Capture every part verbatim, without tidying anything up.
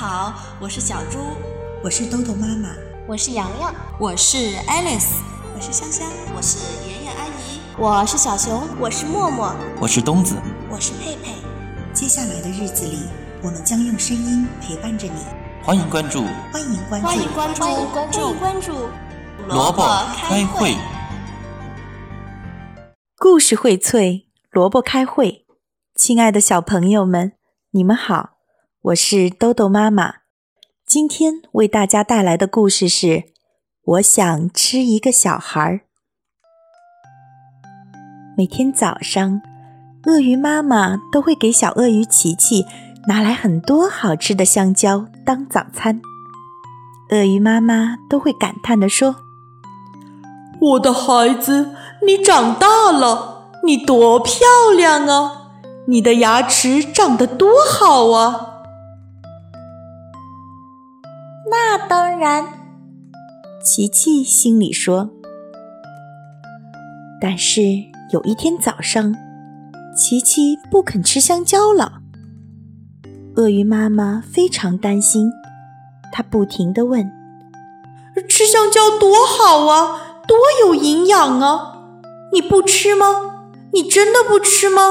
好，我是小猪， 我是豆豆妈妈， 我是洋洋， 我是 Alice， 我是香香， 我是妍妍阿姨， 我是小熊， 我是默默， 我是东子， 我是佩佩。 接下来的日子里，我们将用声音陪伴着你。 欢迎关注， 欢迎关注， 欢迎关注， 欢迎关注， 欢迎关注。 萝卜开会。 故事荟萃，萝卜开会。亲爱的小朋友们，你们好，我是豆豆妈妈。今天为大家带来的故事是我想吃一个小孩。每天早上，鳄鱼妈妈都会给小鳄鱼琪琪拿来很多好吃的香蕉当早餐。鳄鱼妈妈都会感叹地说， 我的孩子，你长大了，你多漂亮啊！你的牙齿长得多好啊！ 那当然， 琪琪心里说。但是有一天早上，琪琪不肯吃香蕉了。鳄鱼妈妈非常担心，她不停地问， 吃香蕉多好啊，多有营养啊！你不吃吗？你真的不吃吗？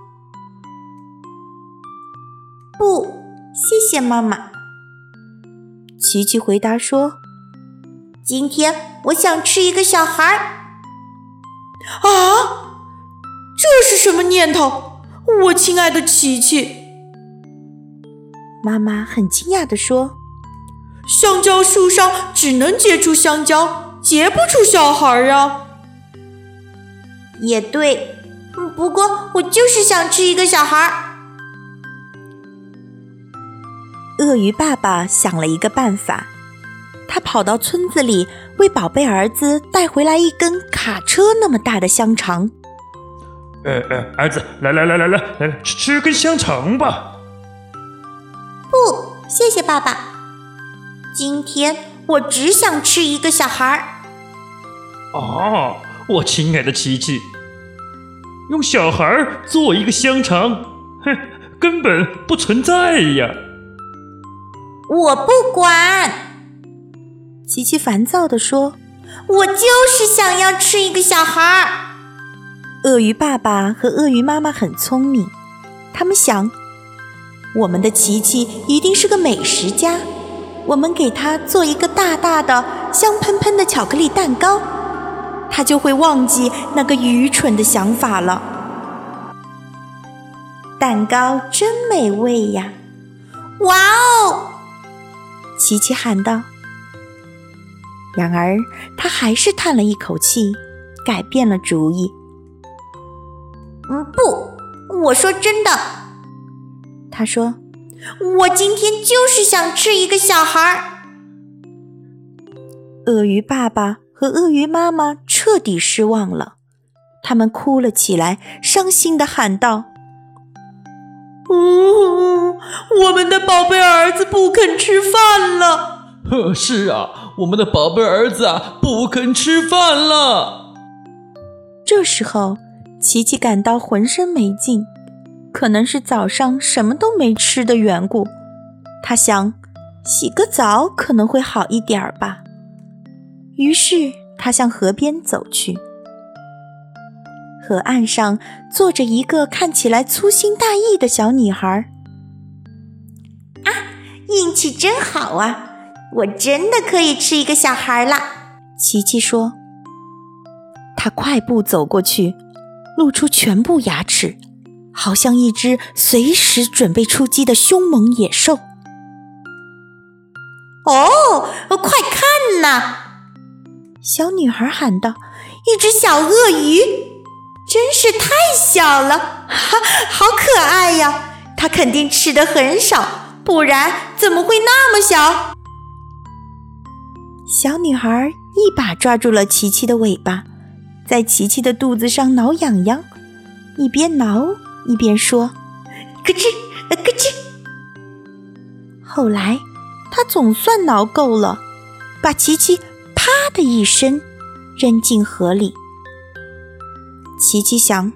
不，谢谢妈妈。 琪琪回答说， 今天我想吃一个小孩。 啊，这是什么念头？我亲爱的琪琪。 妈妈很惊讶地说， 香蕉树上只能结出香蕉，结不出小孩啊。 也对，不过我就是想吃一个小孩。 鳄鱼爸爸想了一个办法，他跑到村子里为宝贝儿子带回来一根卡车那么大的香肠。 呃呃，儿子，来来来来来来，吃吃根香肠吧。 不，谢谢爸爸。今天我只想吃一个小孩。 哦，我亲爱的琪琪，用小孩做一个香肠，哼，根本不存在呀！ 我不管， 琪琪烦躁地说， 我就是想要吃一个小孩。 鳄鱼爸爸和鳄鱼妈妈很聪明，他们想，我们的琪琪一定是个美食家，我们给他做一个大大的香喷喷的巧克力蛋糕，他就会忘记那个愚蠢的想法了。 蛋糕真美味呀！哇哦！ 琪琪喊道。然而他还是叹了一口气，改变了主意。 嗯，不，我说真的。 他说， 我今天就是想吃一个小孩。 鳄鱼爸爸和鳄鱼妈妈彻底失望了，他们哭了起来，伤心地喊道， 哦，我们的宝贝儿子不肯吃饭了。 呵，是啊，我们的宝贝儿子啊，不肯吃饭了。 这时候，琪琪感到浑身没劲，可能是早上什么都没吃的缘故。他想，洗个澡可能会好一点吧。于是，他向河边走去。河岸上坐着一个看起来粗心大意的小女孩。 啊，运气真好啊！我真的可以吃一个小孩了。 琪琪说。她快步走过去，露出全部牙齿，好像一只随时准备出击的凶猛野兽。 哦，快看呐！ 小女孩喊道， 一只小鳄鱼，真是太小了，哈，好可爱呀！它肯定吃得很少，不然怎么会那么小？ 小女孩一把抓住了琪琪的尾巴，在琪琪的肚子上挠痒痒，一边挠一边说， 咯吱咯吱。 后来她总算挠够了，把琪琪啪的一声扔进河里。琪琪想，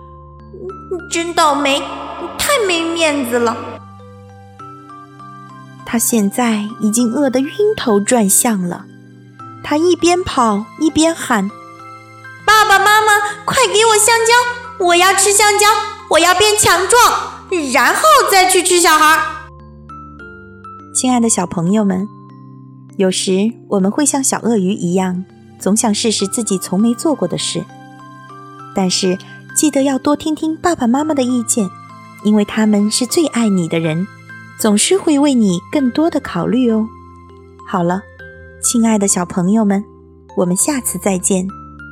真倒霉，太没面子了。 他现在已经饿得晕头转向了。他一边跑一边喊： 爸爸妈妈，快给我香蕉！我要吃香蕉，我要变强壮，然后再去吃小孩。 亲爱的小朋友们，有时我们会像小鳄鱼一样，总想试试自己从没做过的事。但是记得要多听听爸爸妈妈的意见，因为他们是最爱你的人，总是会为你更多的考虑哦。好了，亲爱的小朋友们，我们下次再见。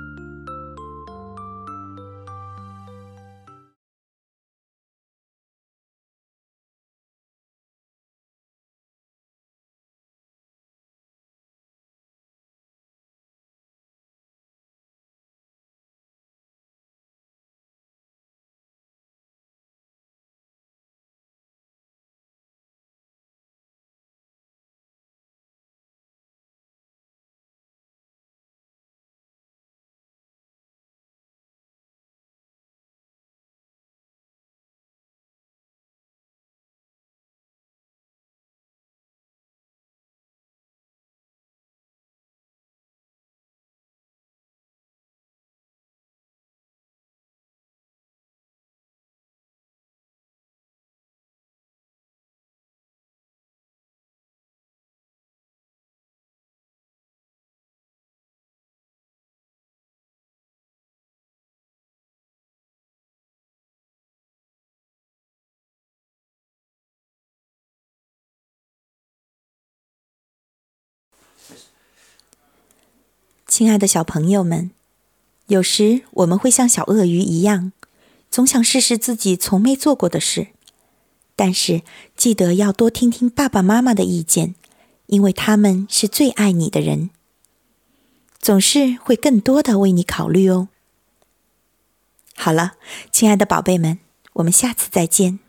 亲爱的小朋友们，有时我们会像小鳄鱼一样，总想试试自己从没做过的事。但是记得要多听听爸爸妈妈的意见，因为他们是最爱你的人，总是会更多的为你考虑哦。好了，亲爱的宝贝们，我们下次再见。